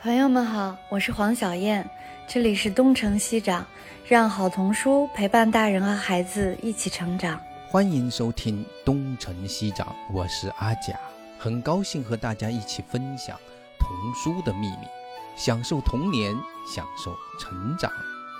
朋友们好，我是黄小燕，这里是东城西长，让好童书陪伴大人和孩子一起成长。 欢迎收听东城西长，我是阿甲，很高兴和大家一起分享童书的秘密，享受童年，享受成长。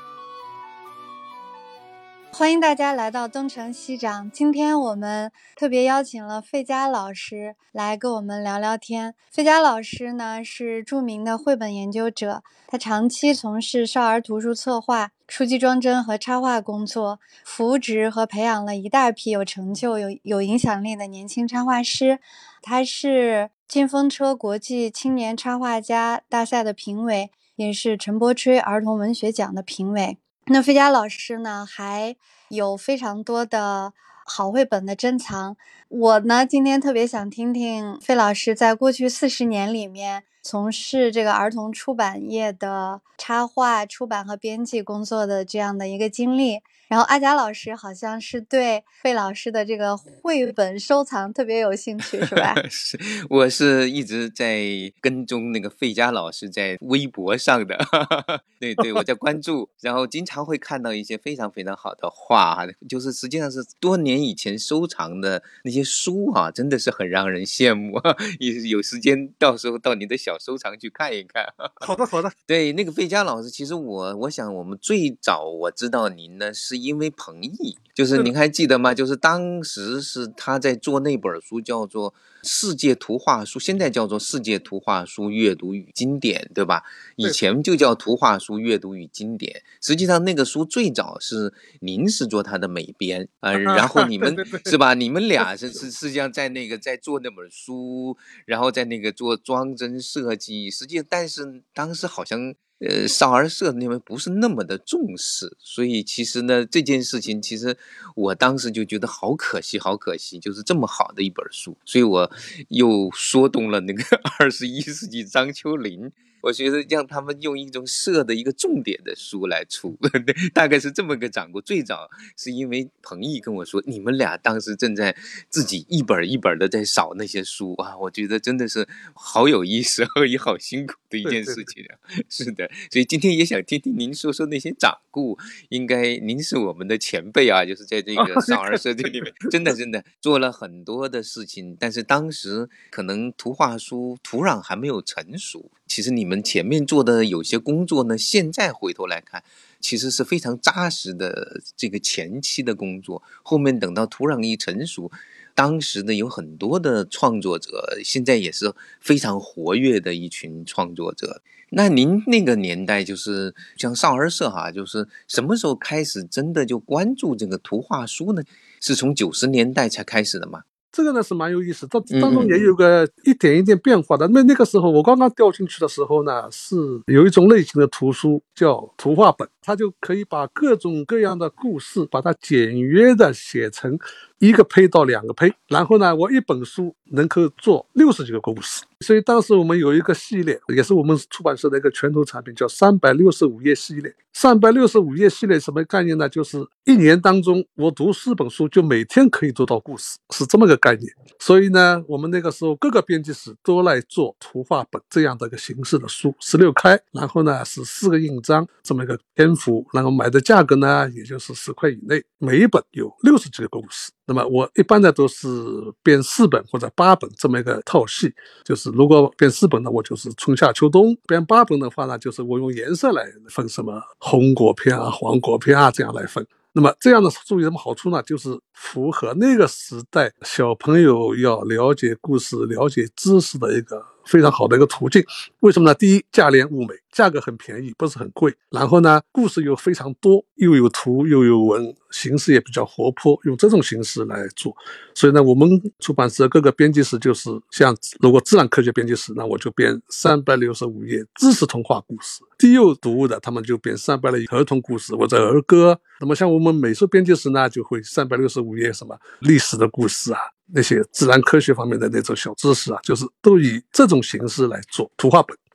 欢迎大家来到东城西长，今天我们特别邀请了费佳老师来跟我们聊聊天。费佳老师呢是著名的绘本研究者，他长期从事少儿图书策划、书籍装帧和插画工作，扶植和培养了一大批有成就、有影响力的年轻插画师。他是金风车国际青年插画家大赛的评委，也是陈伯吹儿童文学奖的评委。那费佳老师呢还有非常多的好绘本的珍藏，我呢今天特别想听听费老师在过去40年里面从事这个儿童出版业的插画出版和编辑工作的这样的一个经历。然后阿甲老师好像是对费老师的这个绘本收藏特别有兴趣，是吧？ 是，我是一直在跟踪那个费佳老师在微博上的，对，我在关注，然后经常会看到一些非常非常好的画，就是实际上是多年以前收藏的那些书啊，真的是很让人羡慕。有时间到时候到你的小收藏去看一看。 好的。 对，那个费佳老师，其实我想我们最早我知道您呢，是因为彭毅，就是您还记得吗？就是当时是他在做那本书叫做《世界图画书》，现在叫做《世界图画书阅读与经典》，对吧？以前就叫《图画书阅读与经典》。实际上那个书最早是您是做他的美编然后你们是吧？你们俩是实际上在做那本书，然后在那个做装帧设计，实际上但是当时好像少儿社那边不是那么的重视，所以其实呢这件事情其实我当时就觉得好可惜，就是这么好的一本书，所以我又说动了那个21世纪张秋林，我觉得让他们用一种社的一个重点的书来出，大概是这么个掌故。最早是因为彭毅跟我说，你们俩当时正在自己一本一本的在扫那些书啊，我觉得真的是好有意思，也好辛苦的一件事情啊。是的，所以今天也想听听您说说那些掌故，应该您是我们的前辈啊，就是在这个少儿社这里面，真的做了很多的事情，但是当时可能图画书土壤还没有成熟。其实你们前面做的有些工作呢，现在回头来看，其实是非常扎实的这个前期的工作，后面等到土壤一成熟，当时呢有很多的创作者，现在也是非常活跃的一群创作者。那您那个年代就是像少儿社就是什么时候开始真的就关注这个图画书呢？是从90年代才开始的吗？ 这个呢是蛮有意思，这当中也有个一点一点变化的。因为那个时候我刚刚掉进去的时候呢，是有一种类型的图书叫图画本，它就可以把各种各样的故事把它简约的写成1个胚到2个胚，然后呢我一本书能够做60几个故事。所以当时我们有一个系列，也是我们出版社的一个拳头产品，叫365页系列。365页系列什么概念呢？就是1年当中我读4本书，就每天可以读到故事，是这么个概念。所以呢我们那个时候各个编辑室都来做图画本这样的一个形式的书，16开，然后呢是4个印章这么一个篇幅，然后买的价格呢也就是10块以内，每一本有60几个故事。那么我一般的都是编4本或者8本这么一个套系，就是如果编4本呢，我就是春夏秋冬；编8本的话呢，就是我用颜色来分，什么红果篇啊、黄果篇啊这样来分。那么这样的书有什么好处呢？就是符合那个时代小朋友要了解故事、了解知识的一个非常好的一个途径。为什么呢？第一，价廉物美，价格很便宜，不是很贵。然后呢，故事又非常多，又有图又有文，形式也比较活泼，用这种形式来做。所以呢，我们出版社各个编辑室就是像如果自然科学编辑室，那我就编365页知识童话故事；低幼读物的他们就编300页儿童故事或者儿歌。那么像我们美术编辑室呢，就会365页什么历史的故事啊，那些自然科学方面的那种小知识啊，就是都以这种形式来做图画本。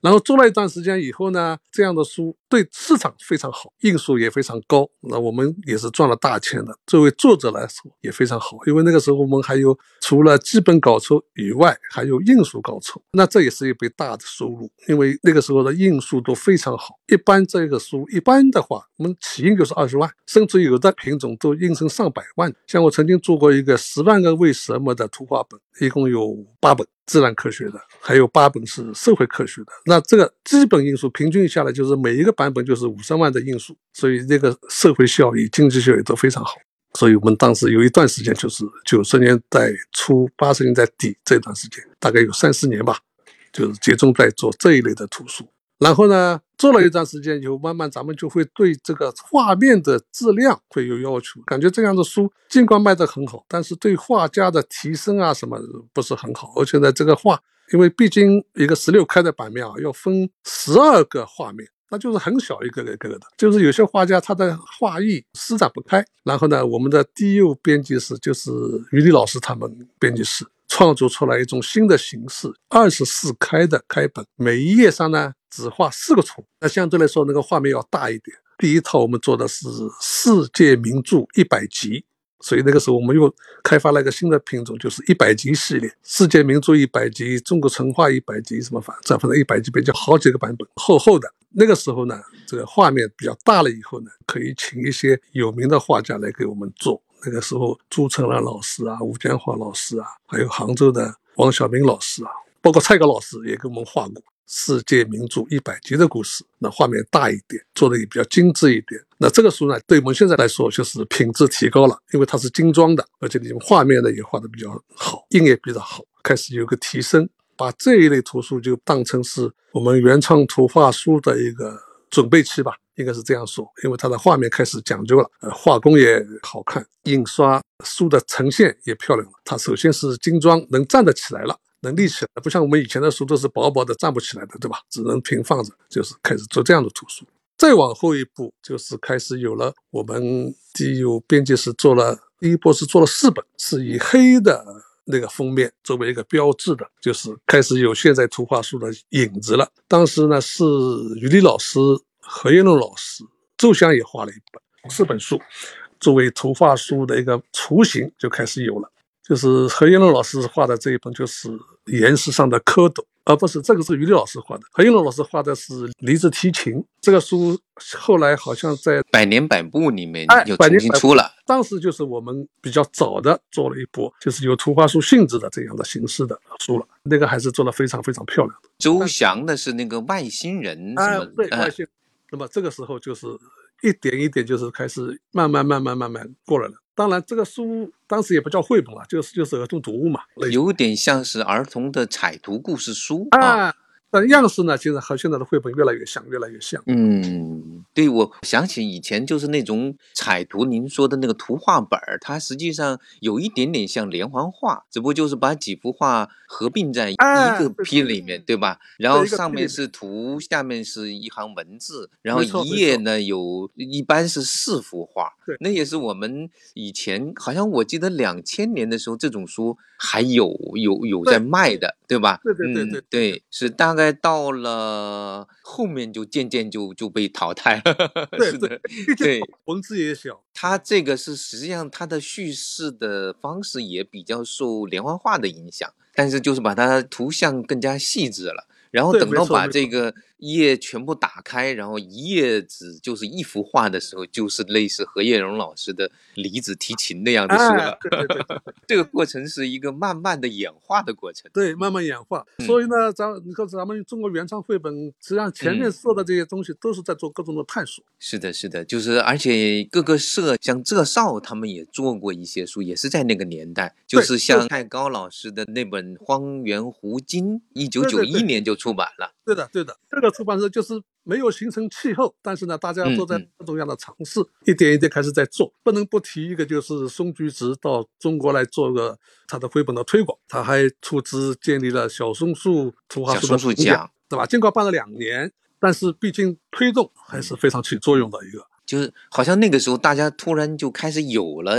然后做了一段时间以后呢，这样的书对市场非常好，印数也非常高，那我们也是赚了大钱的。作为作者来说也非常好，因为那个时候我们还有除了基本稿酬以外，还有印数稿酬，那这也是一笔大的收入。因为那个时候的印数都非常好，一般这个书一般的话，我们起印就是20万，甚至有的品种都印成上百万。像我曾经做过一个10万个为什么的图画本，一共有8本自然科学的，还有8本是社会科学的。那这个基本印数平均下来就是每一个版本就是50万的印数，所以这个社会效益、经济效益都非常好。所以我们当时有一段时间，就是90年代初、80年代底这段时间，大概有3-4年吧，就是集中在做这一类的图书。然后呢，做了一段时间以后，慢慢咱们就会对这个画面的质量会有要求，感觉这样的书尽管卖得很好，但是对画家的提升啊什么不是很好。而且呢，这个画因为毕竟一个16开的版面啊，要分12个画面，那就是很小一个一个的，就是有些画家他的画艺施展不开。然后呢，我们的第6编辑室就是于丽老师他们编辑室创作出来一种新的形式，24开的开本，每一页上呢只画4个图，那相对来说那个画面要大一点。第一套我们做的是世界名著100集，所以那个时候我们又开发了一个新的品种，就是100集系列，世界名著100集，中国神话100集，什么反正100集编辑好几个版本，厚厚的。那个时候呢，这个画面比较大了以后呢，可以请一些有名的画家来给我们做。那个时候朱成兰老师啊，吴建华老师啊，还有杭州的王晓明老师啊，包括蔡高老师也给我们画过世界名著100集的故事，那画面大一点，做的也比较精致一点。那这个书呢，对我们现在来说就是品质提高了，因为它是精装的，而且你画面呢也画的比较好，印也比较好，开始有个提升。把这一类图书就当成是我们原创图画书的一个准备期吧，应该是这样说。因为它的画面开始讲究了，画工也好看，印刷书的呈现也漂亮了。它首先是精装，能站得起来了，能立起来，不像我们以前的书都是薄薄的站不起来的，对吧？只能平放着，就是开始做这样的图书。再往后一步，就是开始有了我们第5编辑室做了第一波是做了4本，是以黑的那个封面作为一个标志的，就是开始有现在图画书的影子了。当时呢是于丽老师、何彦龙老师、周湘也画了一本4本书，作为图画书的一个雏形就开始有了。就是何彦龙老师画的这一本就是岩石上的蝌蚪，不是，这个是于丽老师画的，何彦龙老师画的是梨子提琴。这个书后来好像在百年百部里面又重新出了， 当时就是我们比较早的做了一波，就是有图画书性质的这样的形式的书了，那个还是做得非常非常漂亮的。 周翔的是那个外星人什么对，外星人。那么这个时候就是一点一点就是开始慢慢过来了。当然这个书当时也不叫绘本了，就是儿童读物嘛， 有点像是儿童的彩图故事书但样式呢，其实和现在的绘本越来越像。 对，我想起以前就是那种彩图，您说的那个图画本，它实际上有一点点像连环画，只不过就是把几幅画合并在一个批里面，对吧？然后上面是图，下面是一行文字，然后一页呢一般是4幅画。那也是我们以前好像我记得2000年的时候，这种书还有在卖的，对吧？对，是大概到了后面就渐渐就被淘汰了。对， 文字也小。 它这个是实际上它的叙事的方式也比较受连环画的影响，但是就是把它图像更加细致了。然后等到把这个页全部打开，然后一页纸就是1幅画的时候，就是类似何彦荣老师的梨子提琴那样的书了。这个过程是一个慢慢的演化的过程。 对，慢慢演化。所以呢，你看咱们中国原创绘本，实际上前面说的这些东西都是在做各种的探索。 是的，就是而且各个社像浙少他们也做过一些书，也是在那个年代，就是像蔡高老师的那本《荒原湖金》，1991年就出版了。 对的，这个出版社就是没有形成气候，但是呢，大家都在各种各样的尝试，一点一点开始在做。不能不提一个，就是松居直到中国来做个他的绘本的推广，他还出资建立了小松树图画书的奖，对吧？尽管办了2年，但是毕竟推动还是非常起作用的一个。 就是好像那个时候大家突然就开始有了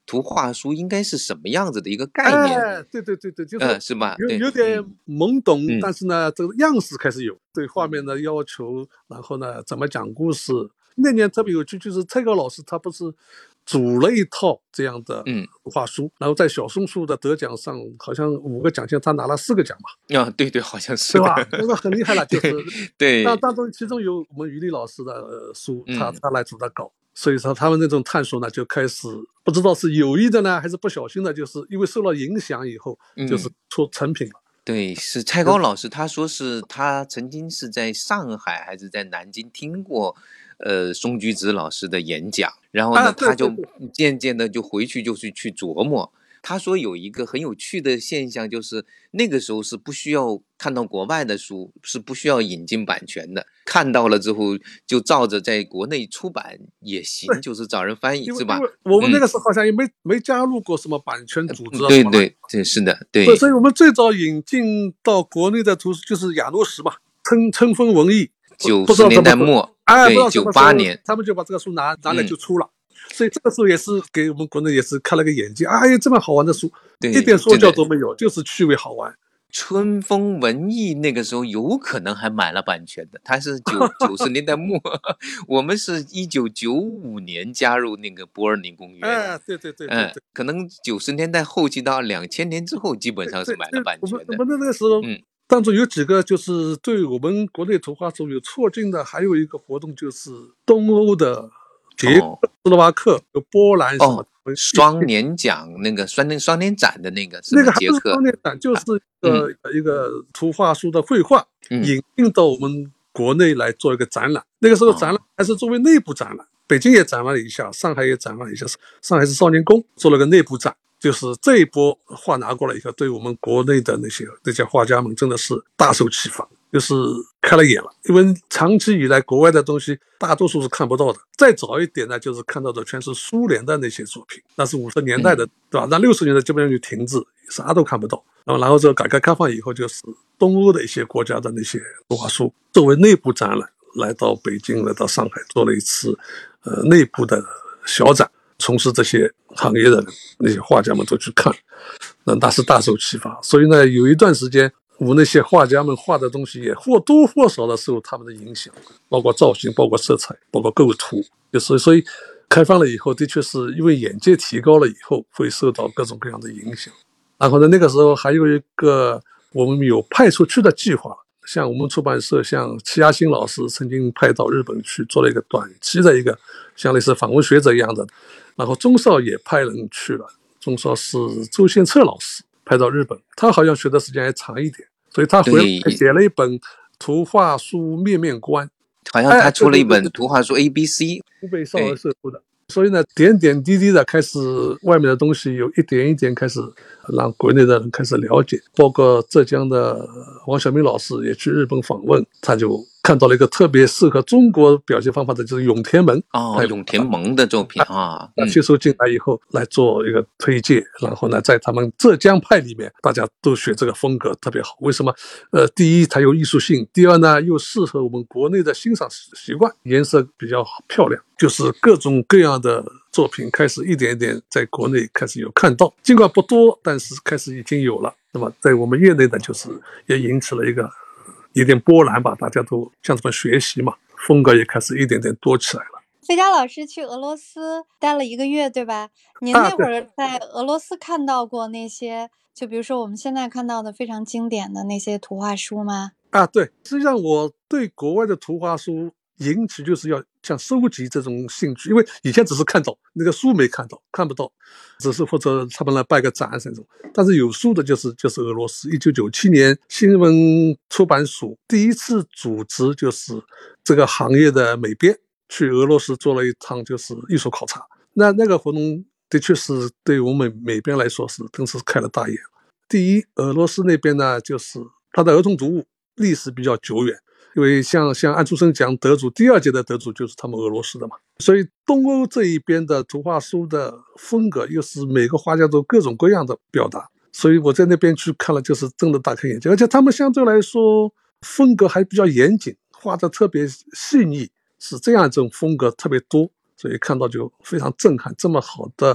图画书应该是什么样子的一个概念。 对，就是是吧？ 有点懵懂， 嗯但是呢，这个样式开始有对画面的要求，然后呢，怎么讲故事。那年特别有趣，就是蔡高老师他不是组了一套这样的图画书，然后在小松树的得奖上，好像5个奖项，他拿了4个奖吧？ 对，好像是， 对吧？那个很厉害了，就是对。 当中其中有我们于丽老师的书，他来主的稿。所以说他们那种探索呢，就开始不知道是有意的呢，还是不小心的，就是因为受了影响以后，就是出成品了。 对，是蔡高老师，他说是他曾经是在上海还是在南京听过松居直老师的演讲，然后呢，他就渐渐的就回去就是去琢磨。他说有一个很有趣的现象，就是那个时候是不需要看到国外的书，是不需要引进版权的，看到了之后就照着在国内出版也行，就是找人翻译，是吧？ 我们那个时候好像也没加入过什么版权组织。 对，是的，对。 所以我们最早引进到国内的图书就是雅诺什嘛，春风文艺 ，90年代末，对，98年， 他们就把这个书拿来就出了。所以这个时候也是给我们国内也是开了个眼界，哎，这么好玩的书，一点说教都没有，就是趣味好玩。 春风文艺那个时候有可能还买了版权的，他是90年代末，我们是1995年加入那个伯尔尼公约。 对， 可能90年代后期到2000年之后，基本上是买了版权的。 我们那个时候，当中有几个就是对我们国内图画书有促进的，还有一个活动就是东欧的。捷克、斯洛伐克、波兰什么双年奖那个双年展的那个还不是双年展，就是一个图画书的绘画引进到我们国内来做一个展览。那个时候展览还是作为内部展览，北京也展了一下，上海也展了一下，上海是少年宫做了个内部展。就是这一波画拿过来以后，对我们国内的那些画家们真的是大受启发，就是开了眼了。因为长期以来国外的东西大多数是看不到的，再早一点呢，就是看到的全是苏联的那些作品，那是50年代的，对吧？那60年代基本上就停滞，啥都看不到。然后这个改革开放以后，就是东欧的一些国家的那些图画书作为内部展览来到北京，来到上海做了一次内部的小展。从事这些行业的那些画家们都去看，那是大受启发。所以呢，有一段时间，我们那些画家们画的东西也或多或少的受他们的影响，包括造型，包括色彩，包括构图。所以开放了以后，的确是因为眼界提高了以后，会受到各种各样的影响。然后呢，那个时候还有一个我们有派出去的计划。像我们出版社，像齐亚新老师曾经派到日本去做了一个短期的一个像类似访问学者一样的，然后钟少也派人去了，钟少是周宪策老师派到日本，他好像学的时间还长一点，所以他回来写了一本图画书面面观， 好像他出了一本图画书 ABC， 湖北少儿社出的。所以呢，点点滴滴的开始，外面的东西有一点一点开始让国内的人开始了解。包括浙江的王晓明老师也去日本访问，他就看到了一个特别适合中国表现方法的，就是永田门。 永田门的作品啊， 接收进来以后来做一个推介，然后呢，在他们浙江派里面，大家都学这个风格特别好。为什么？第一，它有艺术性；第二呢，又适合我们国内的欣赏习惯，颜色比较漂亮。就是各种各样的作品开始一点一点在国内开始有看到，尽管不多，但是开始已经有了。那么在我们业内呢，就是也引起了一点波澜吧，大家都向这么学习嘛，风格也开始一点点多起来了。 费嘉老师去俄罗斯待了1个月，对吧？您那会儿在俄罗斯看到过那些，就比如说我们现在看到的非常经典的那些图画书吗？ 对，实际上我对国外的图画书引起就是要像收集这种兴趣，因为以前只是看到那个书没看不到，只是或者他们来办个展这种。但是有书的就是俄罗斯，1997年新闻出版署第一次组织就是这个行业的美编去俄罗斯做了一趟就是艺术考察。那个活动的确是对我们美编来说是真是开了大眼。第一，俄罗斯那边呢，就是它的儿童读物历史比较久远。因为像安徒生奖得主第2届的得主就是他们俄罗斯的嘛，所以东欧这一边的图画书的风格又是每个画家都各种各样的表达，所以我在那边去看了，就是真的大开眼界。而且他们相对来说风格还比较严谨，画的特别细腻，是这样一种风格特别多，所以看到就非常震撼。这么好的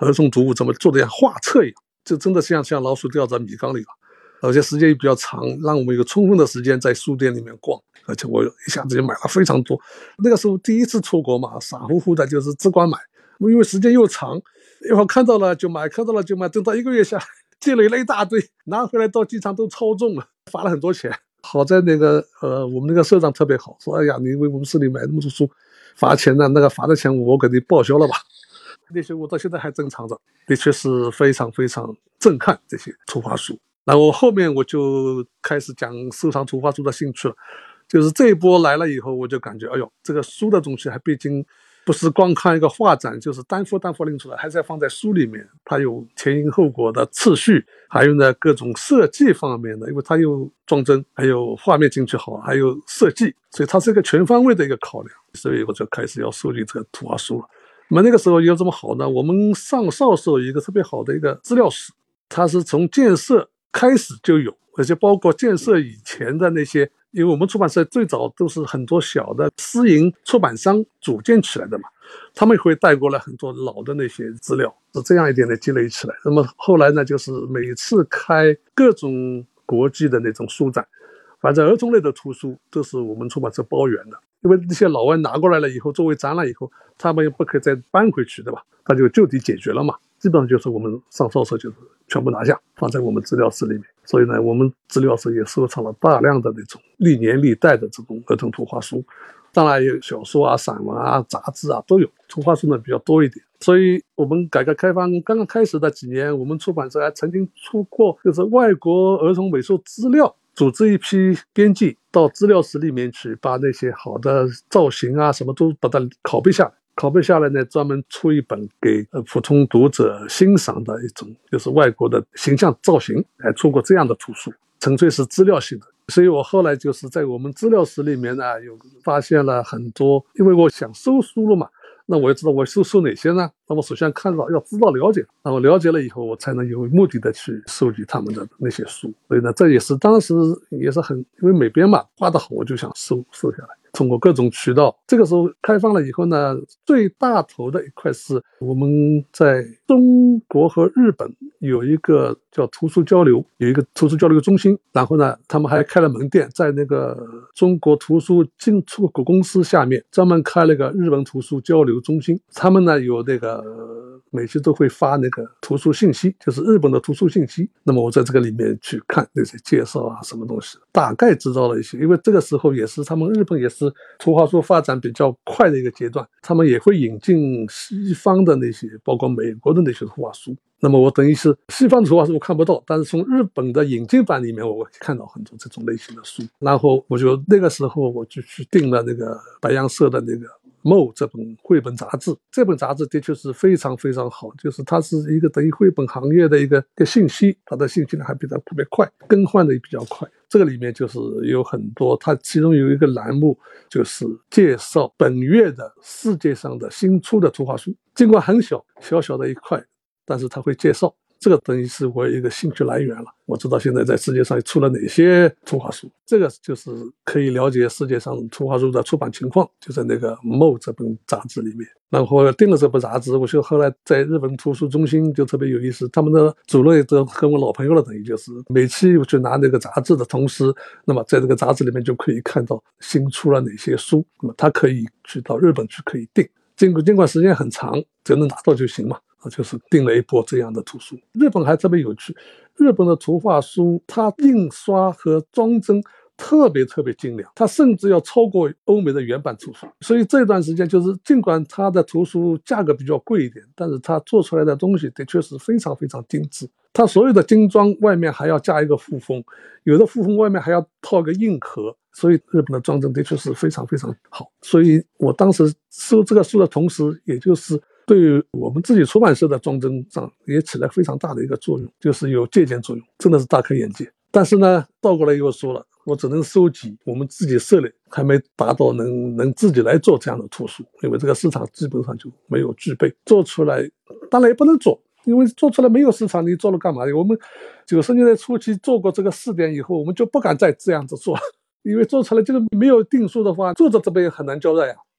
儿童读物怎么做的像画册一样，就真的像老鼠掉在米缸里了。而且时间也比较长，让我们有充分的时间在书店里面逛，而且我一下子就买了非常多。那个时候第一次出国嘛，傻乎乎的就是只管买，因为时间又长，一会儿看到了就买，看到了就买，等到1个月下来积累了一大堆，拿回来到机场都超重了，罚了很多钱。好在那个我们那个社长特别好，说哎呀，你为我们市里买那么多书，罚钱呢，那个罚的钱我给你报销了吧。那些我到现在还珍藏着，的确是非常非常震撼这些图画书。然后后面我就开始讲收藏图画书的兴趣了，就是这一波来了以后，我就感觉哎呦，这个书的东西还毕竟不是光看一个画展，就是单幅拎出来，还是要放在书里面，它有前因后果的次序，还有呢各种设计方面的，因为它有装帧，还有画面进去好，还有设计，所以它是一个全方位的一个考量，所以我就开始要收集这个图画书了。那个时候有这么好呢，我们上少时候有一个特别好的一个资料室，它是从建设开始就有，而且包括建设以前的那些，因为我们出版社最早都是很多小的私营出版商组建起来的嘛，他们会带过来很多老的那些资料，是这样一点的积累起来。那么后来呢，就是每次开各种国际的那种书展，反正儿童类的图书都是我们出版社包圆的，因为那些老外拿过来了以后，作为展览以后，他们也不可以再搬回去，对吧？他就地解决了嘛。基本上就是我们上少社就是全部拿下，放在我们资料室里面。所以呢，我们资料室也收藏了大量的那种历年历代的这种儿童图画书，当然有小说啊、散文啊、杂志啊都有，图画书呢比较多一点。所以我们改革开放刚刚开始的几年，我们出版社还曾经出过就是外国儿童美术资料，组织一批编辑到资料室里面去，把那些好的造型啊什么都把它拷贝下来。拷贝下来呢，专门出一本给普通读者欣赏的一种就是外国的形象造型，还出过这样的图书，纯粹是资料性的。所以我后来就是在我们资料室里面呢，有发现了很多，因为我想收书了嘛，那我也知道我收哪些呢？那么首先看到要知道了解，那我了解了以后，我才能有目的的去收集他们的那些书。所以呢，这也是当时也是很，因为美编嘛，画得好，我就想收下来。通过各种渠道，这个时候开放了以后呢，最大头的一块是我们在中国和日本有一个叫图书交流，有一个图书交流中心，然后呢，他们还开了门店，在那个中国图书进出口公司下面专门开了个日本图书交流中心。他们呢有那个每期都会发那个图书信息，就是日本的图书信息。那么我在这个里面去看那些介绍啊，什么东西，大概知道了一些。因为这个时候也是他们日本也是图画书发展比较快的一个阶段，他们也会引进西方的那些，包括美国的那些图画书。那么我等于是西方的图画书我看不到，但是从日本的引进版里面我看到很多这种类型的书。然后我就那个时候我就去订了那个白洋社的那个MO 这本绘本杂志，这本杂志的确是非常非常好，就是它是一个等于绘本行业的一个信息，它的信息呢还比较特别快，更换的也比较快。这个里面就是有很多，它其中有一个栏目就是介绍本月的世界上的新出的图画书，尽管很小小的一块，但是它会介绍。这个等于是我一个兴趣来源了，我知道现在在世界上出了哪些图画书，这个就是可以了解世界上图画书的出版情况，就在那个 MO 这本杂志里面。然后订了这本杂志，我就后来在日本图书中心就特别有意思，他们的主任都跟我老朋友了，等于就是每期我去拿那个杂志的同时，那么在这个杂志里面就可以看到新出了哪些书，那么他可以去到日本去可以订，尽管时间很长，只能拿到就行嘛，就是订了一波这样的图书。日本还特别有趣，日本的图画书它印刷和装帧特别精良，它甚至要超过欧美的原版图书。所以这段时间就是尽管它的图书价格比较贵一点，但是它做出来的东西的确是非常精致。它所有的精装外面还要加一个附封，有的附封外面还要套个硬壳，所以日本的装帧的确是非常好。所以我当时收这个书的同时，也就是对于我们自己出版社的装帧上也起了非常大的一个作用，就是有借鉴作用，真的是大开眼界。但是呢，倒过来又说了，我只能收集，我们自己社里还没达到能自己来做这样的图书，因为这个市场基本上就没有具备。做出来当然也不能做，因为做出来没有市场，你做了干嘛？我们90年代初期做过这个试点以后，我们就不敢再这样子做，因为做出来这个没有定数的话，作者这边也很难交代呀。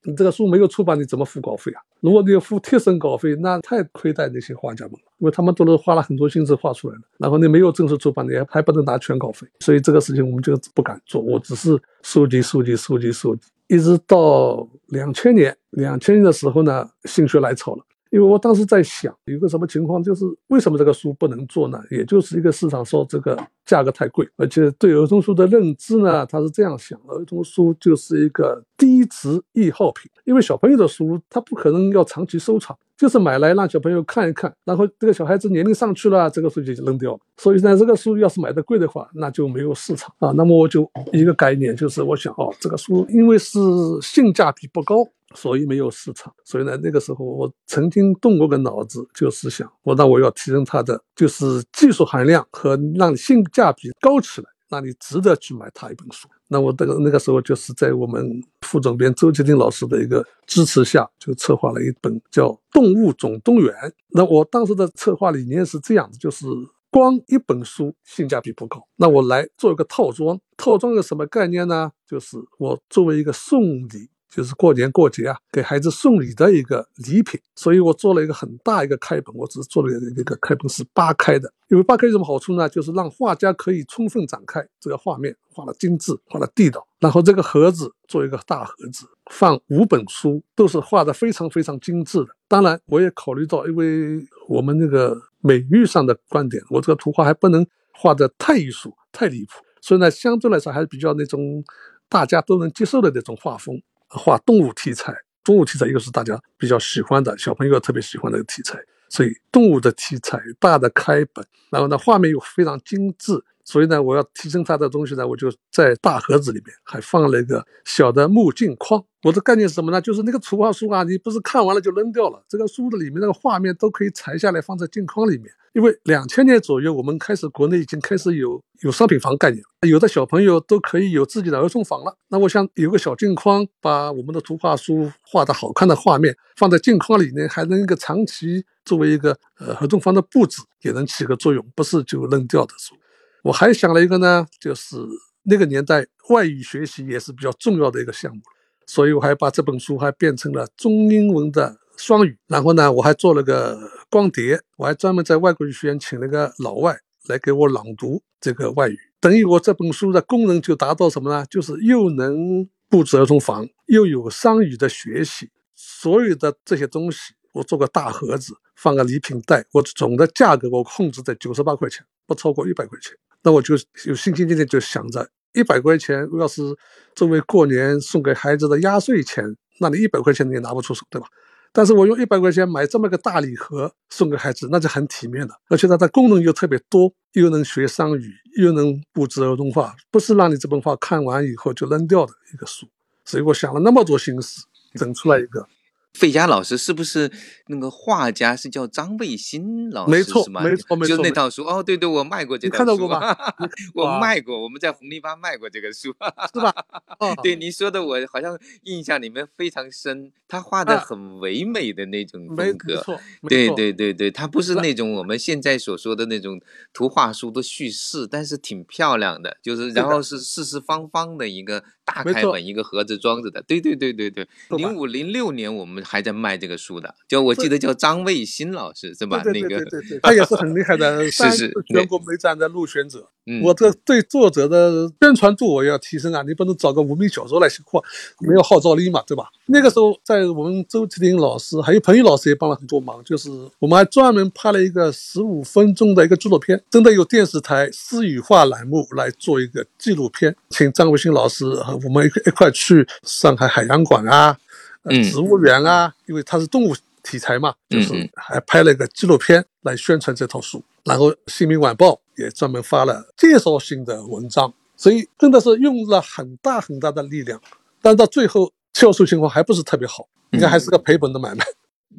你这个书没有出版，你怎么付稿费啊？如果你要付贴身稿费，那太亏待那些画家们了，因为他们都是花了很多心思画出来的，然后你没有正式出版，你还不能拿全稿费，所以这个事情我们就不敢做。我只是收集，一直到2000年的时候呢，心血来潮了。因为我当时在想，有个什么情况，就是为什么这个书不能做呢？也就是一个市场上这个价格太贵，而且对儿童书的认知呢，他是这样想的：儿童书就是一个低值易耗品，因为小朋友的书他不可能要长期收藏，就是买来让小朋友看一看，然后这个小孩子年龄上去了，这个书就扔掉了。所以呢，这个书要是买的贵的话，那就没有市场啊。那么我就一个概念，就是我想这个书因为是性价比不高，所以没有市场。所以呢，那个时候我曾经动过个脑子，就是想那我要提升它的就是技术含量和让性价比高起来，让你值得去买它一本书。那我那个时候就是在我们副总编周其丁老师的一个支持下，就策划了一本叫《动物总动员》。那我当时的策划理念是这样子，就是光一本书性价比不高，那我来做一个套装。套装个什么概念呢？就是我作为一个送礼，就是过年过节给孩子送礼的一个礼品，所以我做了一个很大一个开本，我只是做了一个开本是8开的。因为8开有什么好处呢？就是让画家可以充分展开这个画面，画了精致，画了地道，然后这个盒子做一个大盒子，放5本书，都是画得非常非常精致的。当然我也考虑到，因为我们那个美育上的观点，我这个图画还不能画得太艺术太离谱，所以呢相对来说还是比较那种大家都能接受的那种画风，画动物题材一个是大家比较喜欢的，小朋友特别喜欢的题材，所以动物的题材大的开本，然后呢画面又非常精致，所以呢我要提升它的东西呢，我就在大盒子里面还放了一个小的目镜框。我的概念是什么呢？就是那个图画书啊，你不是看完了就扔掉了，这个书的里面那个画面都可以裁下来放在镜框里面。因为2000年左右我们国内已经开始有商品房概念，有的小朋友都可以有自己的儿童房了。那我想有个小镜框，把我们的图画书画的好看的画面放在镜框里面，还能一个长期作为一个儿童房的布置，也能起个作用，不是就扔掉的书。我还想了一个呢，就是那个年代外语学习也是比较重要的一个项目，所以我还把这本书还变成了中英文的双语。然后呢我还做了个光碟，我还专门在外国语学院请了个老外来给我朗读这个外语，等于我这本书的功能就达到什么呢？就是又能布置儿童房，又有双语的学习，所有的这些东西我做个大盒子，放个礼品袋，我总的价格我控制在98块钱，不超过100块钱。那我就有心心念念就想着100块钱要是作为过年送给孩子的压岁钱，那你100块钱你也拿不出手，对吧？但是我用100块钱买这么个大礼盒送给孩子，那就很体面了，而且它的功能又特别多，又能学双语，又能布置儿童画，不是让你这本画看完以后就扔掉的一个书。所以我想了那么多心思，整出来一个。 费嘉老师是不是那个画家是叫张卫新老师？ 没错， 是吗？ 没错， 就是那套书。哦，对对，我卖过这套书。 你看到过吗？ 我卖过，我们在红泥巴卖过这个书， 是吧？ 对，你说的我好像印象里面非常深，他画的很唯美的那种风格。 没错， 对对对对，他不是那种我们现在所说的那种图画书的叙事，但是挺漂亮的，就是然后是四四方方的一个大开本，一个盒子装着的。对对对对对，05、06年我们还在卖这个书的，就我记得叫张卫新老师是吧？ 对那个对，他也是很厉害的， 是全国美展的入选者。我这对作者的宣传度我要提升啊，你不能找个无名小说来写画，没有号召力嘛，对吧？那个时候在我们周其丁老师还有彭玉老师也帮了很多忙，就是我们还专门拍了一个15分钟的一个纪录片，真的有电视台诗语画栏目来做一个纪录片，请张卫新老师和我们一块去上海海洋馆啊，植物园啊，因为它是动物题材嘛，就是还拍了一个纪录片来宣传这套书。然后新民晚报也专门发了介绍性的文章，所以真的是用了很大很大的力量，但到最后销售情况还不是特别好，应该还是个赔本的买卖。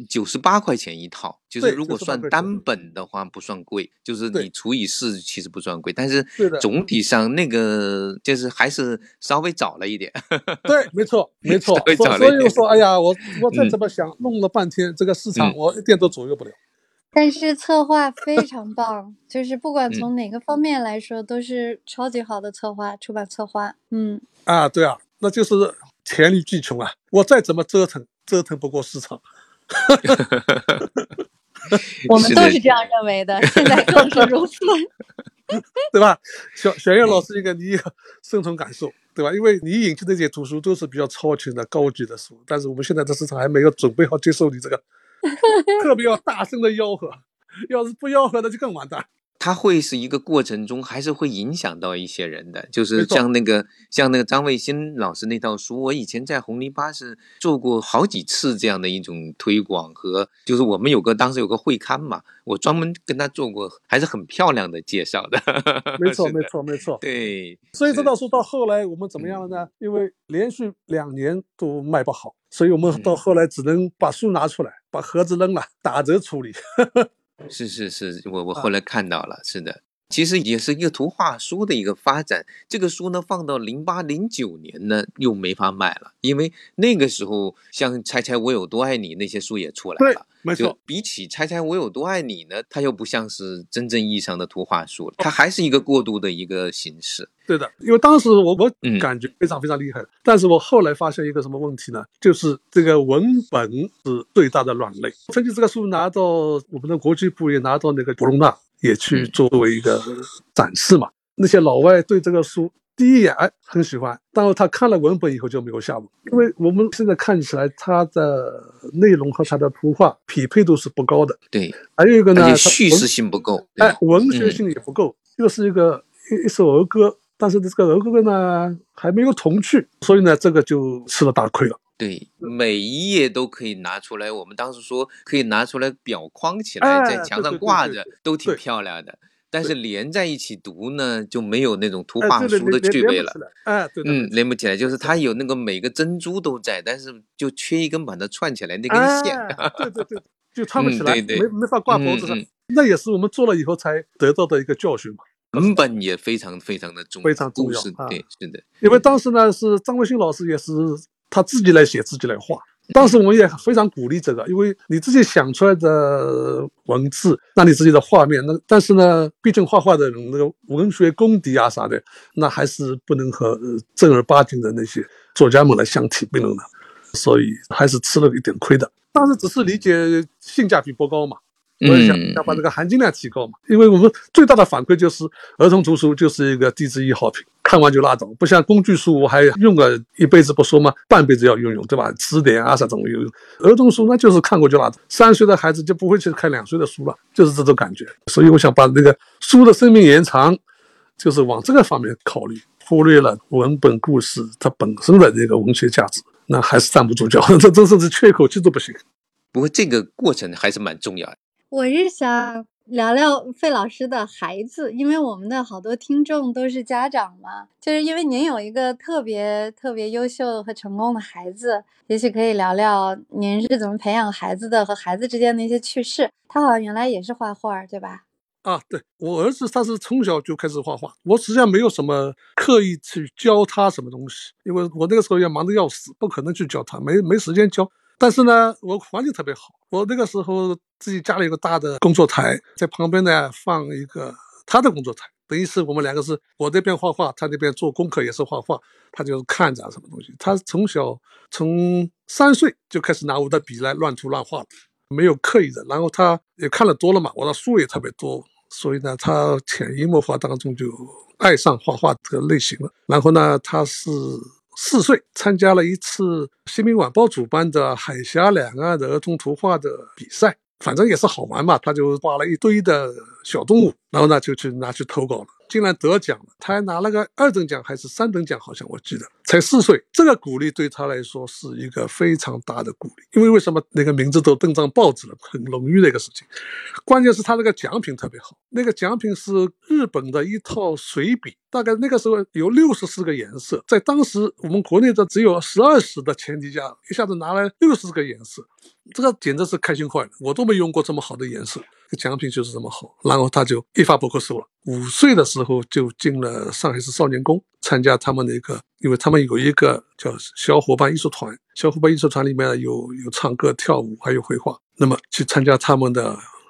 98块钱一套，就是如果算单本的话不算贵，就是你除以4其实不算贵，但是总体上那个就是还是稍微早了一点。 对，没错没错。所以我说哎呀，我再怎么想，弄了半天这个市场我一点都左右不了。 但是策划非常棒，就是不管从哪个方面来说，都是超级好的策划，出版策划。 对啊，那就是黔驴技穷啊，我再怎么折腾不过市场。 我们都是这样认为的，现在更是如此。 对吧？小燕老师应该你有深同感受，对吧？因为你引进的这些图书都是比较超前的高级的书，但是我们现在的市场还没有准备好接受你这个特别要大声的吆喝，要是不吆喝那就更完蛋。 它会是一个过程中还是会影响到一些人的，就是像那个张卫新老师那套书，我以前在红泥巴是做过好几次这样的一种推广，和就是我们当时有个会刊嘛，我专门跟他做过还是很漂亮的介绍的。 没错， 对。 所以这套书到后来我们怎么样了呢？因为连续2年都卖不好，所以我们到后来只能把书拿出来，把盒子扔了，打折处理。 是，我后来看到了，是的。其实也是一个图画书的一个发展。这个书呢，放到08、09年呢，又没法卖了，因为那个时候像《猜猜我有多爱你》那些书也出来了。 没错。 比起《猜猜我有多爱你》呢，它又不像是真正意义上的图画书了，它还是一个过渡的一个形式。 对的，因为当时我感觉非常非常厉害，但是我后来发现一个什么问题呢？就是这个文本是最大的软肋。曾经这个书拿到我们的国际部，也拿到那个博隆纳，也去作为一个展示嘛。那些老外对这个书第一眼很喜欢，但是他看了文本以后就没有下文，因为我们现在看起来它的内容和它的图画匹配度是不高的。 对， 还有一个呢， 而且叙事性不够， 文学性也不够，又是一首儿歌，但是这个儿歌呢还没有童趣，所以呢这个就吃了大亏了。 对，每一页都可以拿出来，我们当时说可以拿出来裱框起来，在墙上挂着，都挺漂亮的。但是连在一起读呢，就没有那种图画书的趣味了。连不起来，就是它有那个每个珍珠都在，但是就缺一根把它串起来那根线。 对，就串不起来，没法挂脖子上。那也是我们做了以后才得到的一个教训嘛。 文本也非常非常的重要， 非常重要。 对，是的。 因为当时呢是张卫星老师也是他自己来写自己来画，当时我们也非常鼓励这个，因为你自己想出来的文字，那你自己的画面，但是呢，毕竟画画的人那个文学功底啊啥的，那还是不能和正儿八经的那些作家们来相提并论的，所以还是吃了一点亏的。当时只是理解性价比不高嘛。我也想要把这个含金量提高嘛，因为我们最大的反馈就是儿童图书就是一个地质1号品，看完就拉倒，不像工具书我还用个一辈子不说嘛，半辈子要用，对吧？词典啊啥种用。儿童书那就是看过就拉倒，3岁的孩子就不会去看2岁的书了，就是这种感觉。所以我想把那个书的生命延长，就是往这个方面考虑，忽略了文本故事它本身的这个文学价值，那还是站不住脚，这真是缺口气都不行。 不过这个过程还是蛮重要的。 我是想聊聊费老师的孩子，因为我们的好多听众都是家长嘛，就是因为您有一个特别优秀和成功的孩子，也许可以聊聊您是怎么培养孩子的和孩子之间的一些趣事。他好像原来也是画画，对吧？ 对，我儿子他是从小就开始画画，我实际上没有什么刻意去教他什么东西，因为我那个时候也忙得要死，不可能去教他，没时间教。但是呢，我环境特别好，我那个时候自己家里有个大的工作台，在旁边呢放一个他的工作台，等于是我们2个是我这边画画，他那边做功课也是画画，他就是看着什么东西。他从3岁就开始拿我的笔来乱涂乱画了，没有刻意的。然后他也看了多了嘛，我的书也特别多，所以呢他潜移默化当中就爱上画画这个类型了。然后呢他是4岁参加了一次新民晚报主办的海峡两岸的儿童图画的比赛，反正也是好玩嘛，他就画了一堆的小动物，然后呢就拿去投稿了，竟然得奖了，他还拿了个2等奖还是3等奖，好像我记得，才4岁，这个鼓励对他来说是一个非常大的鼓励。因为为什么那个名字都登上报纸了，很荣誉的一个事情。关键是他那个奖品特别好，那个奖品是日本的一套水笔，大概那个时候有64个颜色，在当时我们国内的只有12的前提下，一下子拿来60个颜色，这个简直是开心坏了，我都没用过这么好的颜色，奖品就是这么好。然后他就一发不可收了，5岁的时候就进了上海市少年宫，参加他们的一个，因为他们有一个叫小伙伴艺术团，小伙伴艺术团里面有唱歌跳舞还有绘画，那么去参加他们的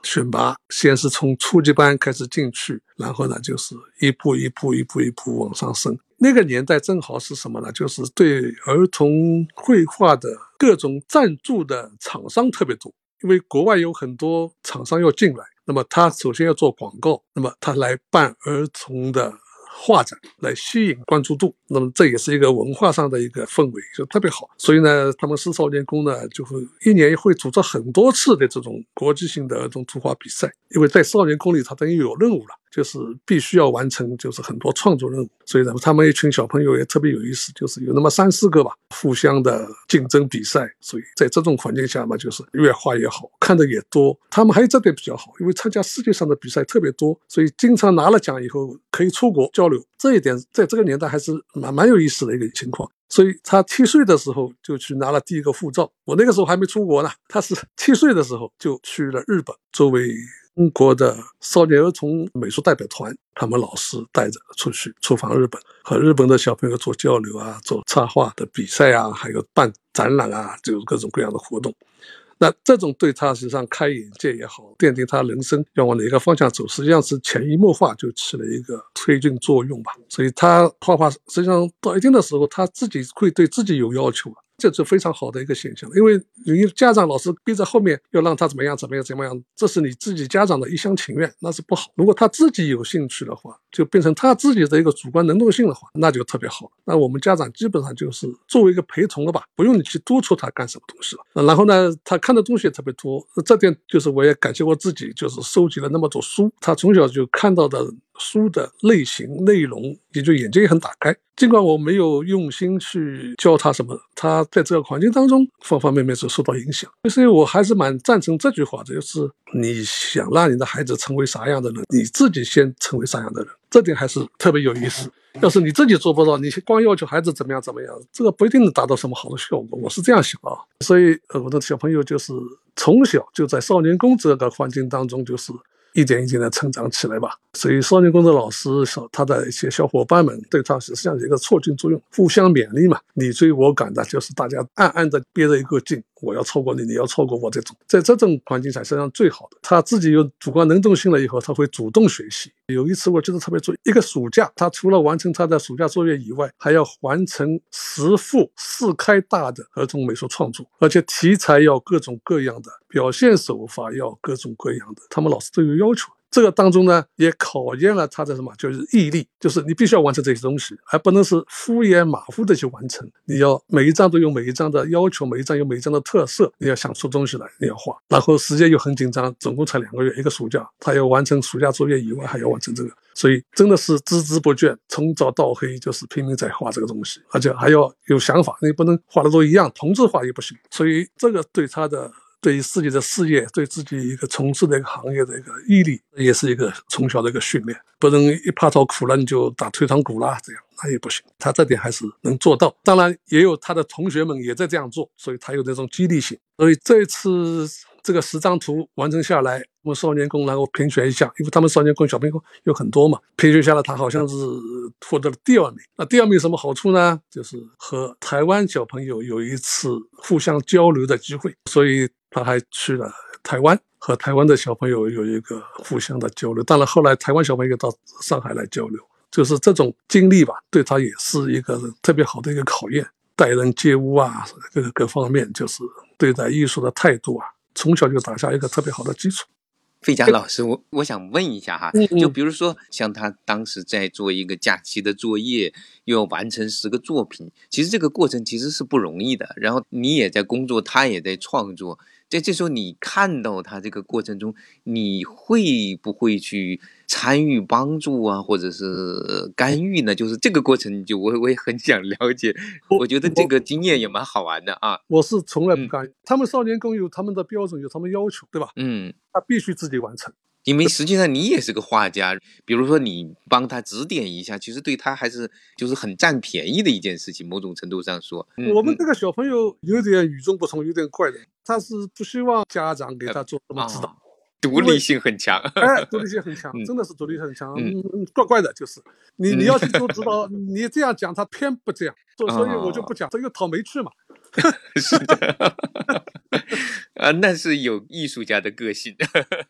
选拔，先是从初级班开始进去，然后呢就是一步一步往上升。那个年代正好是什么呢？就是对儿童绘画的各种赞助的厂商特别多，因为国外有很多厂商要进来，那么他首先要做广告，那么他来办儿童的画展来吸引关注度，那么这也是一个文化上的一个氛围，就特别好。所以呢，他们少年宫呢就会一年会组织很多次的这种国际性的儿童图画比赛，因为在少年宫里他等于有任务了，就是必须要完成就是很多创作任务。所以呢，他们一群小朋友也特别有意思，就是有那么3-4个吧，互相的竞争比赛。所以在这种环境下嘛，就是越画越好，看的也多。他们还有这点比较好，因为参加世界上的比赛特别多，所以经常拿了奖以后可以出国交流。这一点在这个年代还是蛮有意思的一个情况。所以他7岁的时候就去拿了第一个护照，我那个时候还没出国呢，他是7岁的时候就去了日本，作为中国的少年儿童美术代表团，他们老师带着出去出访日本，和日本的小朋友做交流啊，做插画的比赛啊，还有办展览啊，就各种各样的活动。那这种对他实际上开眼界也好，奠定他人生要往哪个方向走，实际上是潜移默化就起了一个推进作用吧。所以他画画实际上到一定的时候，他自己会对自己有要求，这是非常好的一个现象。因为家长老师逼在后面要让他怎么样，这是你自己家长的一厢情愿，那是不好。如果他自己有兴趣的话，就变成他自己的一个主观能动性的话，那就特别好。那我们家长基本上就是作为一个陪同了吧，不用你去督促他干什么东西了。然后呢，他看的东西也特别多，这点就是我也感谢我自己，就是收集了那么多书，他从小就看到的书的类型内容，也就眼界也很打开。尽管我没有用心去教他什么，他在这个环境当中方方面面是受到影响。所以我还是蛮赞成这句话的，就是你想让你的孩子成为啥样的人，你自己先成为啥样的人，这点还是特别有意思。要是你自己做不到，你光要求孩子怎么样，这个不一定能达到什么好的效果，我是这样想啊。所以我的小朋友就是从小就在少年宫这个环境当中，就是一点一点的成长起来吧。所以少年宫的老师他的一些小伙伴们对他实际上有一个促进作用，互相勉励嘛，你追我赶的，就是大家暗暗的憋着一个劲，我要超过你，你要超过我，这种在这种环境下实际上最好的。他自己有主观能动性了以后，他会主动学习。有一次我觉得特别注意，一个暑假他除了完成他的暑假作业以外，还要完成10幅4开大的儿童美术创作，而且题材要各种各样的，表现手法要各种各样的，他们老师都有要求。这个当中呢，也考验了他的什么，就是毅力，就是你必须要完成这些东西，而不能是敷衍马虎的去完成。你要每一张都有每一张的要求，每一张有每一张的特色，你要想出东西来，你要画。然后时间又很紧张，总共才2个月，一个暑假，他要完成暑假作业以外，还要完成这个，所以真的是孜孜不倦，从早到黑就是拼命在画这个东西，而且还要有想法，你不能画的都一样，同质化也不行。所以这个对他的对于自己的事业，对自己一个从事的一个行业的一个毅力，也是一个从小的一个训练，不能一趴到苦了你就打退堂鼓啦，这样那也不行。他这点还是能做到，当然也有他的同学们也在这样做，所以他有那种激励性。所以这一次这个10张图完成下来，我们少年宫然后评选一下，因为他们少年宫小朋友有很多嘛，评选下来他好像是获得了第2名。那第2名什么好处呢？就是和台湾小朋友有一次互相交流的机会，所以他还去了台湾，和台湾的小朋友有一个互相的交流。当然后来台湾小朋友到上海来交流，就是这种经历吧，对他也是一个特别好的一个考验，待人接物啊，各方面就是对待艺术的态度啊，从小就打下一个特别好的基础。 费佳老师，我想问一下哈，就比如说像他当时在做一个假期的作业，又要完成10个作品，其实这个过程其实是不容易的。然后你也在工作，他也在创作，在这时候你看到他这个过程中，你会不会去参与帮助啊，或者是干预呢？就是这个过程，我也很想了解。我觉得这个经验也蛮好玩的啊。 我是从来不干预，他们少年宫有他们的标准，有他们要求，对吧？他必须自己完成。 因为实际上你也是个画家，比如说你帮他指点一下，其实对他还是就是很占便宜的一件事情，某种程度上说。 我们这个小朋友有点与众不同，有点怪的，他是不希望家长给他做什么指导。 独立性很强， 独立性很强，真的是独立性很强，怪怪的，就是你要去做指导，你这样讲他偏不这样，所以我就不讲，这个讨没趣嘛。 是的，那是有艺术家的个性。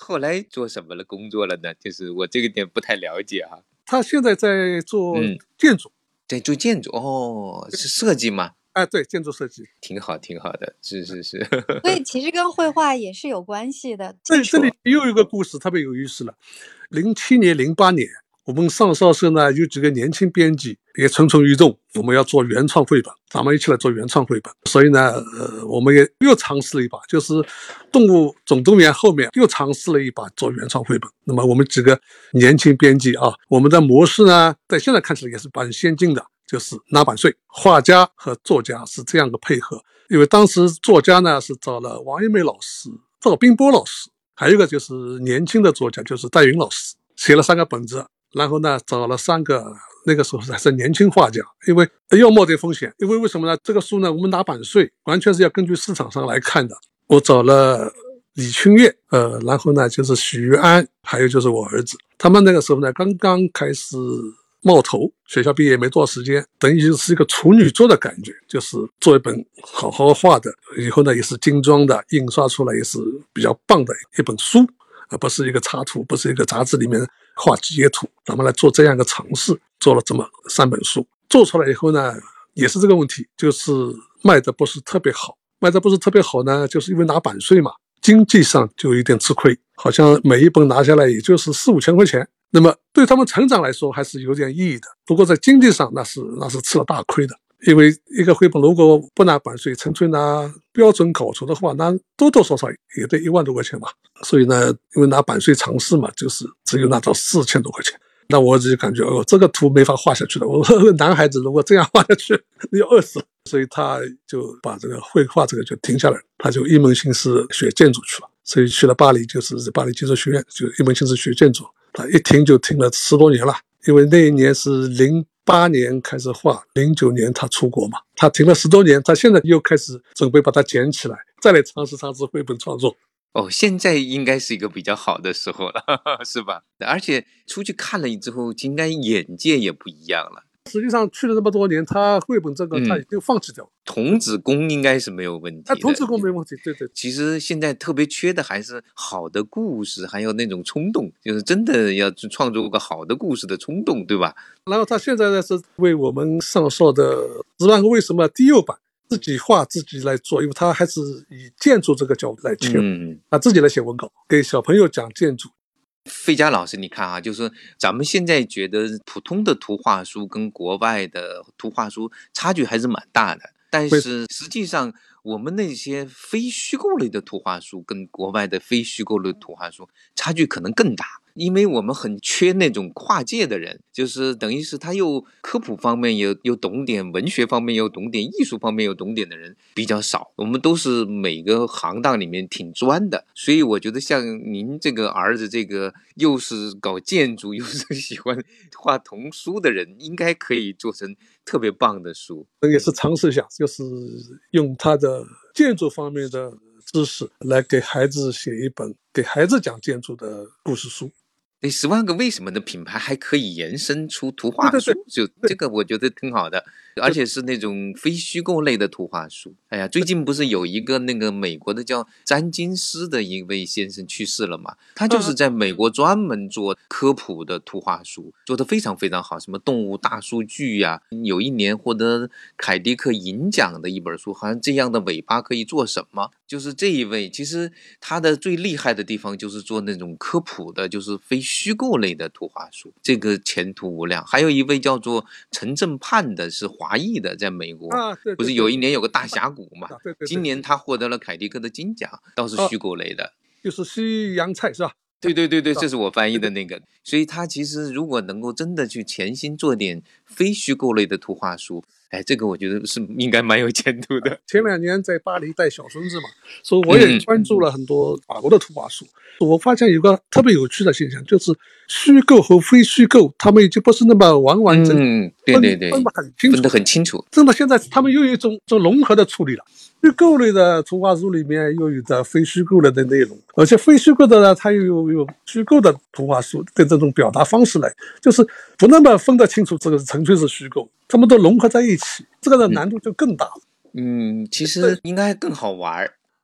后来做什么了工作了呢？就是我这个点不太了解哈。 他现在在做建筑， 在做建筑哦，是设计吗？ 哎，对，建筑设计， 挺好，挺好的，是。 所以其实跟绘画也是有关系的。 这里又有一个故事特别有意思了。07年、08年，我们上少社呢有几个年轻编辑也蠢蠢欲动，我们要做原创绘本，咱们一起来做原创绘本。所以呢，我们也又尝试了一把，就是《动物总动员》后面又尝试了一把做原创绘本。那么我们几个年轻编辑啊，我们的模式呢，在现在看起来也是蛮先进的。就是拿版税，画家和作家是这样的配合。因为当时作家呢是找了王一梅老师、赵冰波老师，还有一个就是年轻的作家，就是戴云老师，写了3个本子，然后呢找了3个那个时候还是年轻画家，因为要冒点风险。因为什么呢？这个书呢我们拿版税完全是要根据市场上来看的。我找了李清月，然后呢就是许玉安，还有就是我儿子，他们那个时候呢刚刚开始冒头，学校毕业没多少时间，等于是一个处女作的感觉，就是做一本好好画的，以后呢也是精装的，印刷出来也是比较棒的一本书，而不是一个插图，不是一个杂志里面画几页图。咱们来做这样一个尝试，做了这么3本书，做出来以后呢也是这个问题，就是卖的不是特别好。卖的不是特别好呢，就是因为拿版税嘛，经济上就有点吃亏，好像每一本拿下来也就是4-5千块钱。那么对他们成长来说还是有点意义的，不过在经济上那是吃了大亏的。因为一个绘本如果不拿版税，纯粹拿标准稿酬的话，那多多少少也得1万多块钱吧。所以呢，因为拿版税尝试嘛，就是只有拿到4000多块钱。那我就感觉这个图没法画下去了。我说男孩子如果这样画下去，要饿死了。所以他就把这个绘画这个就停下来了，他就一门心思学建筑去了。所以去了巴黎，就是巴黎建筑学院，就一门心思学建筑。他一停就停了10多年了，因为那一年是08年开始画，09年他出国嘛，他停了10多年，他现在又开始准备把它捡起来，再来尝试绘本创作。 现在应该是一个比较好的时候了，是吧？而且出去看了之后，应该眼界也不一样了。 实际上去了这么多年，他绘本这个他已经放弃掉了。 童子功应该是没有问题的。 童子功没问题，对。 其实现在特别缺的还是好的故事，还有那种冲动，就是真的要创作个好的故事的冲动，对吧？ 然后他现在呢是为我们上少的《10万个为什么》第6版自己画自己来做，因为他还是以建筑这个角度来切入，他自己来写文稿，给小朋友讲建筑。 费佳老师，你看啊，就是咱们现在觉得普通的图画书跟国外的图画书差距还是蛮大的，但是实际上我们那些非虚构类的图画书跟国外的非虚构类的图画书差距可能更大，因为我们很缺那种跨界的人，就是等于是他又科普方面又懂点，文学方面又懂点，艺术方面又懂点的人比较少，我们都是每个行当里面挺专的。所以我觉得像您这个儿子，这个又是搞建筑又是喜欢画童书的人，应该可以做成特别棒的书。 也是尝试一下，就是用他的建筑方面的知识来给孩子写一本给孩子讲建筑的故事书。 那10万个为什么的品牌还可以延伸出图画书，就这个我觉得挺好的，而且是那种非虚构类的图画书。哎呀，最近不是有一个那个美国的叫詹金斯的一位先生去世了嘛？他就是在美国专门做科普的图画书，做得非常非常好，什么动物大数据呀，有一年获得凯迪克银奖的一本书，好像这样的尾巴可以做什么？就是这一位，其实他的最厉害的地方就是做那种科普的，就是非虚构类的图画书，这个前途无量。还有一位叫做陈正盼的，是华裔的，在美国对， 不是有一年有个大峡谷嘛？ 对， 今年他获得了凯迪克的金奖，倒是虚构类的， 就是西洋菜是吧？ 对，这是我翻译的那个。所以他其实如果能够真的去潜心做点非虚构类的图画书，这个我觉得是应该蛮有前途的。 前2年在巴黎带小孙子嘛，所以我也关注了很多法国的图画书。我发现有个特别有趣的现象，就是虚构和非虚构他们已经不是那么完整， 对，分得很清楚。 真的现在他们又有一种融合的处理了。虚构类的图画书里面又有着非虚构类的内容，而且非虚构的呢，它又有虚构的图画书的这种表达方式来，就是不那么分得清楚这个纯粹是虚构，他们都融合在一起，这个的难度就更大了。 其实应该更好玩。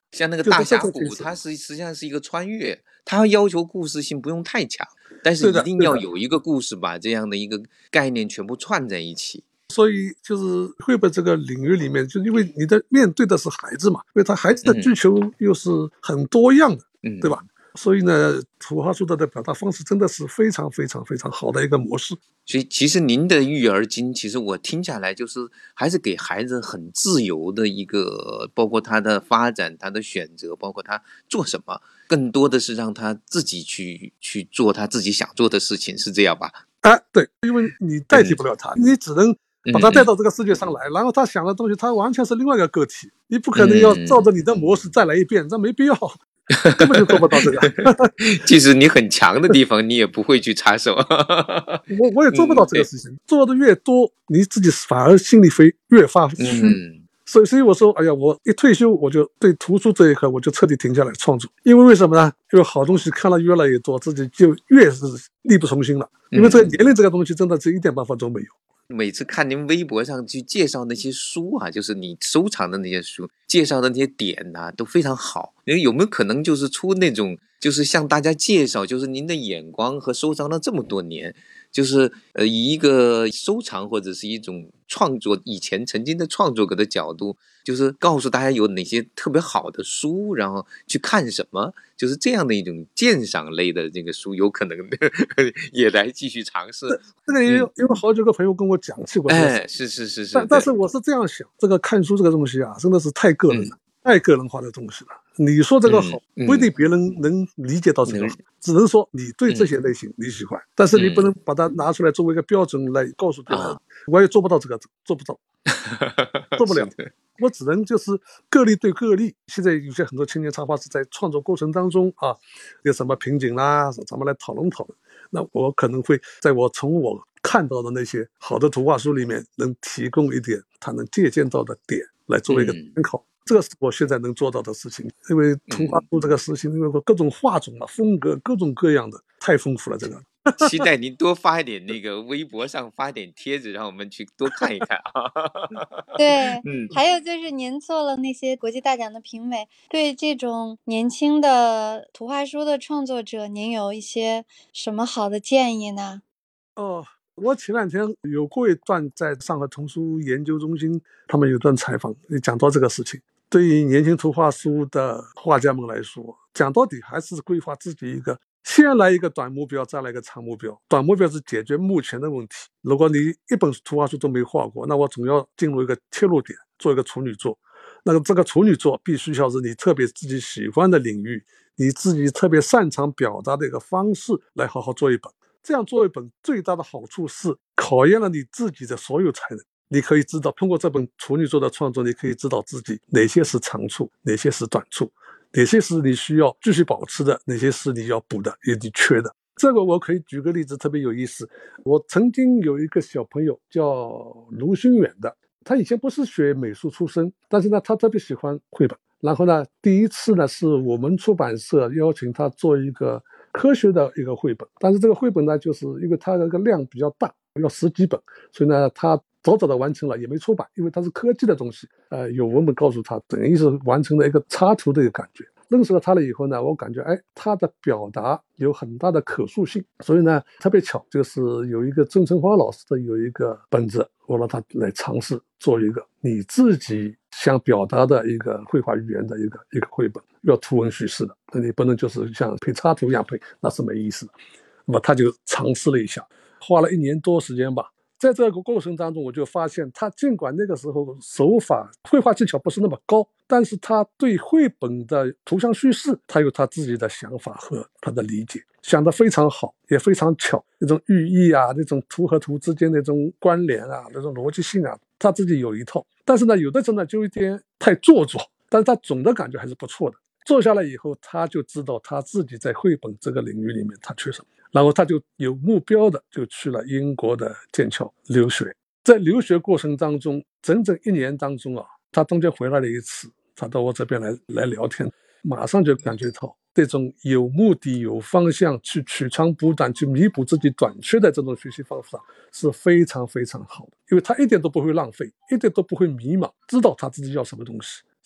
像那个就是大峡谷， 这种形式。 它实际上是一个穿越，它要求故事性不用太强，但是一定要有一个故事把这样的一个概念全部串在一起。 所以就是绘本这个领域里面，就因为你的面对的是孩子嘛，因为他孩子的需求又是很多样的，对吧？所以呢，图画书的表达方式真的是非常非常非常好的一个模式。 所以其实您的育儿经，其实我听下来就是还是给孩子很自由的一个，包括他的发展、他的选择，包括他做什么，更多的是让他自己去做他自己想做的事情，是这样吧？ 对，因为你代替不了他，你只能把他带到这个世界上来，然后他想的东西，他完全是另外一个个体，你不可能要照着你的模式再来一遍，这没必要。根本就做不到这个。 即使你很强的地方，你也不会去插手。 我也做不到这个事情，做的越多，你自己反而心里会越发虚。所以我说，哎呀，我一退休，我就对图书这一块我就彻底停下来创作。因为什么呢？因为好东西看了越来越多，自己就越是力不从心了。因为这个年龄这个东西真的是一点办法都没有。 每次看您微博上去介绍那些书啊，就是你收藏的那些书，介绍的那些点啊，都非常好。有没有可能就是出那种，就是向大家介绍，就是您的眼光和收藏了这么多年，就是以一个收藏或者是一种创作以前曾经的创作者的角度，就是告诉大家有哪些特别好的书，然后去看什么，就是这样的一种鉴赏类的这个书，有可能也来继续尝试。 这个也有好几个朋友跟我讲起过。 是。 但是我是这样想，这个看书这个东西啊，真的是太个人了，太个人化的东西了。你说这个好，不一定别人能理解到这个好，只能说你对这些类型你喜欢，但是你不能把它拿出来作为一个标准来告诉别人。我也做不到这个，做不到，做不了。我只能就是个例对个例。现在有些很多青年插画师在创作过程当中啊，有什么瓶颈啦，咱们来讨论讨论。那我可能会在从我看到的那些好的图画书里面，能提供一点他能借鉴到的点来作为一个参考。这个是我现在能做到的事情。因为图画书这个事情，因为各种画种啊、风格各种各样的太丰富了，这个。 期待您多发一点那个微博上发一点帖子，让我们去多看一看啊。 对，还有就是您做了那些国际大奖的评委，对这种年轻的图画书的创作者，您有一些什么好的建议呢？ 我前两天有过一段在上海童书研究中心，他们有段采访，讲到这个事情。对于年轻图画书的画家们来说，讲到底还是规划自己一个，先来一个短目标，再来一个长目标。短目标是解决目前的问题。如果你一本图画书都没画过，那我总要进入一个切入点，做一个处女作。那这个处女作必须要是你特别自己喜欢的领域，你自己特别擅长表达的一个方式来好好做一本。这样做一本最大的好处是考验了你自己的所有才能。你可以知道，通过这本处女作的创作，你可以知道自己哪些是长处，哪些是短处，哪些是你需要继续保持的，哪些是你要补的，也你缺的。这个我可以举个例子，特别有意思。我曾经有一个小朋友叫卢新远的，他以前不是学美术出身，但是呢，他特别喜欢绘本。然后呢，第一次呢，是我们出版社邀请他做一个科学的一个绘本，但是这个绘本呢，就是因为它那个量比较大，要10几本，所以呢，他早早的完成了，也没出版，因为它是科技的东西。有文本告诉他，等于是完成了一个插图的一个感觉。认识了他了以后呢，我感觉他的表达有很大的可塑性，所以呢，特别巧，就是有一个郑成华老师的有一个本子，我让他来尝试做一个你自己想表达的一个绘画语言的一个绘本，要图文叙事的，那你不能就是像配插图一样配，那是没意思的。那么他就尝试了一下，花了1年多时间吧。在这个过程当中，我就发现他尽管那个时候手法绘画技巧不是那么高，但是他对绘本的图像叙事他有他自己的想法和他的理解，想得非常好，也非常巧，那种寓意啊，那种图和图之间那种关联啊，那种逻辑性啊，他自己有一套。但是呢，有的时候呢就有点太做作，但是他总的感觉还是不错的。做下来以后，他就知道他自己在绘本这个领域里面他缺什么，然后他就有目标的就去了英国的剑桥留学。在留学过程当中，整整1年当中啊，他中间回来了一次，他到我这边来聊天，马上就感觉到这种有目的有方向去取长补短，去弥补自己短缺的这种学习方法是非常非常好的。因为他一点都不会浪费，一点都不会迷茫，知道他自己要什么东西，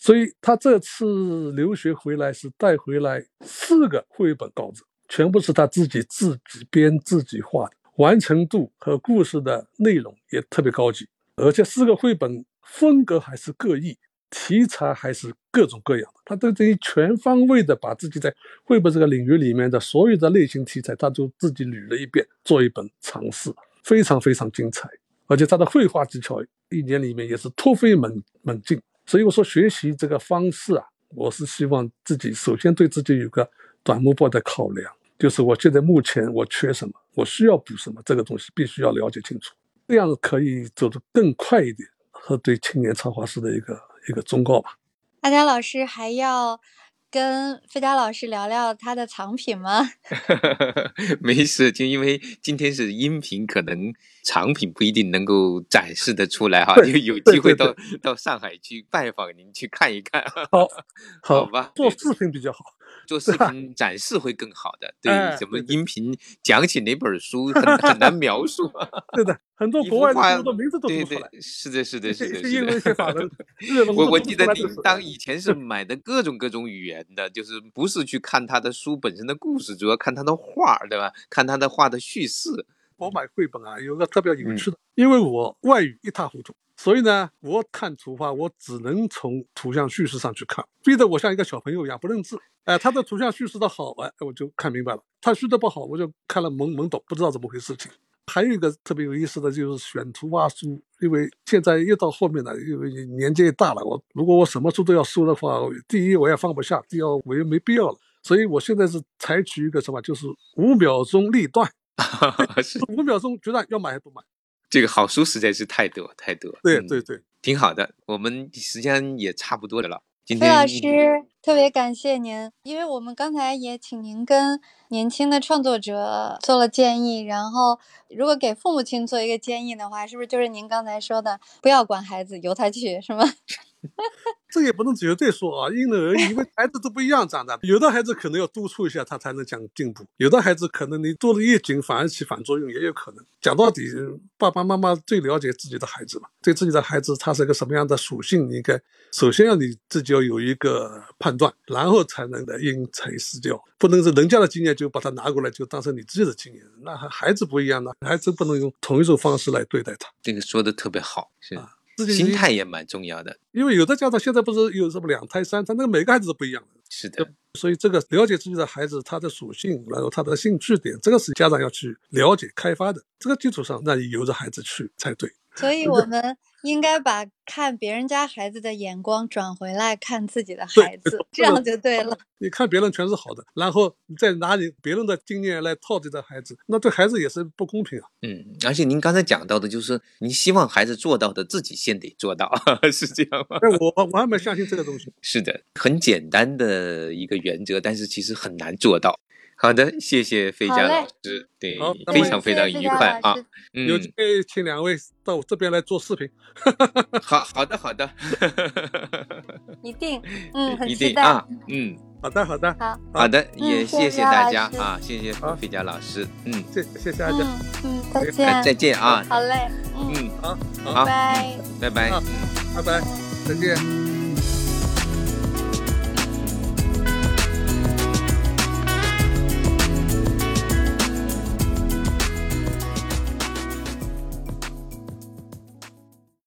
所以他这次留学回来是带回来4个绘本稿子，全部是他自己编自己画的，完成度和故事的内容也特别高级，而且4个绘本风格还是各异，题材还是各种各样的，他都等于全方位的把自己在绘本这个领域里面的所有的类型题材，他都自己捋了一遍，做一本尝试，非常非常精彩。而且他的绘画技巧1年里面也是突飞猛进。所以我说学习这个方式啊，我是希望自己首先对自己有个短目标的考量，就是我现在目前我缺什么，我需要补什么，这个东西必须要了解清楚，这样可以走得更快一点，和对青年插画师的一个忠告吧。 阿佳老师还要跟费佳老师聊聊他的藏品吗？ 没事，就因为今天是音频，可能藏品不一定能够展示得出来哈，就有机会到上海去拜访您，去看一看。好吧， 做视频比较好， 做视频展示会更好的。对，什么音频讲起哪本书很难描述。 对的，很多国外的书的名字都读出来。 对，是的。 是英文写法文、日文。 我记得您以前是买的各种语言的，就是不是去看他的书本身的故事，主要看他的画，对吧？看他的画的叙事。 我买绘本啊，有个特别有趣的，因为我外语一塌糊涂，所以呢，我看图画我只能从图像叙事上去看，逼得我像一个小朋友一样不认字。他的图像叙事的好，我就看明白了；他叙的不好，我就看了懵懂，不知道怎么回事情。还有一个特别有意思的就是选图画书，因为现在越到后面了，因为年纪也大了，如果我什么书都要收的话，第一我也放不下，第二我也没必要了，所以我现在是采取一个什么，就是5秒钟立断。5秒钟决断要买还是不买。 这个好书实在是太多。 对， 挺好的。我们时间也差不多的了。今天费老师特别感谢您，因为我们刚才也请您跟年轻的创作者做了建议，然后如果给父母亲做一个建议的话，是不是就是您刚才说的不要管孩子，由他去，是吗？ 这也不能绝对说啊，因人而异，因为孩子都不一样长大，有的孩子可能要督促一下他才能讲进步，有的孩子可能你做的越紧反而起反作用，也有可能。讲到底，爸爸妈妈最了解自己的孩子嘛，对自己的孩子他是个什么样的属性，应该首先你自己要有一个判断，然后才能的因材施教，不能是人家的经验就把它拿过来就当成你自己的经验，那孩子不一样，孩子不能用同一种方式来对待他。 这个说的特别好，是心态也蛮重要的。 因为有的家长现在不是有什么2胎3胎，那个每个孩子都不一样的。 是的， 所以这个了解自己的孩子他的属性，然后他的兴趣点，这个是家长要去了解开发的，这个基础上那你由着孩子去才对。 所以我们应该把看别人家孩子的眼光转回来看自己的孩子，这样就对了。 你看别人全是好的，然后你再拿你别人的经验来套自己的孩子，那对孩子也是不公平啊。 而且您刚才讲到的就是您希望孩子做到的自己先得做到，是这样吗？ 我还蛮相信这个东西。 是的，很简单的一个原则，但是其实很难做到。好的，谢谢费佳老师，对，非常愉快啊。 有机会请2位到我这边来做视频。 好的， 一定，很一期待定啊，好的，也谢谢大家啊，谢谢费佳老师， 谢谢大家， 再见， 再见啊， 好嘞， 好， 拜拜， 拜拜，再见。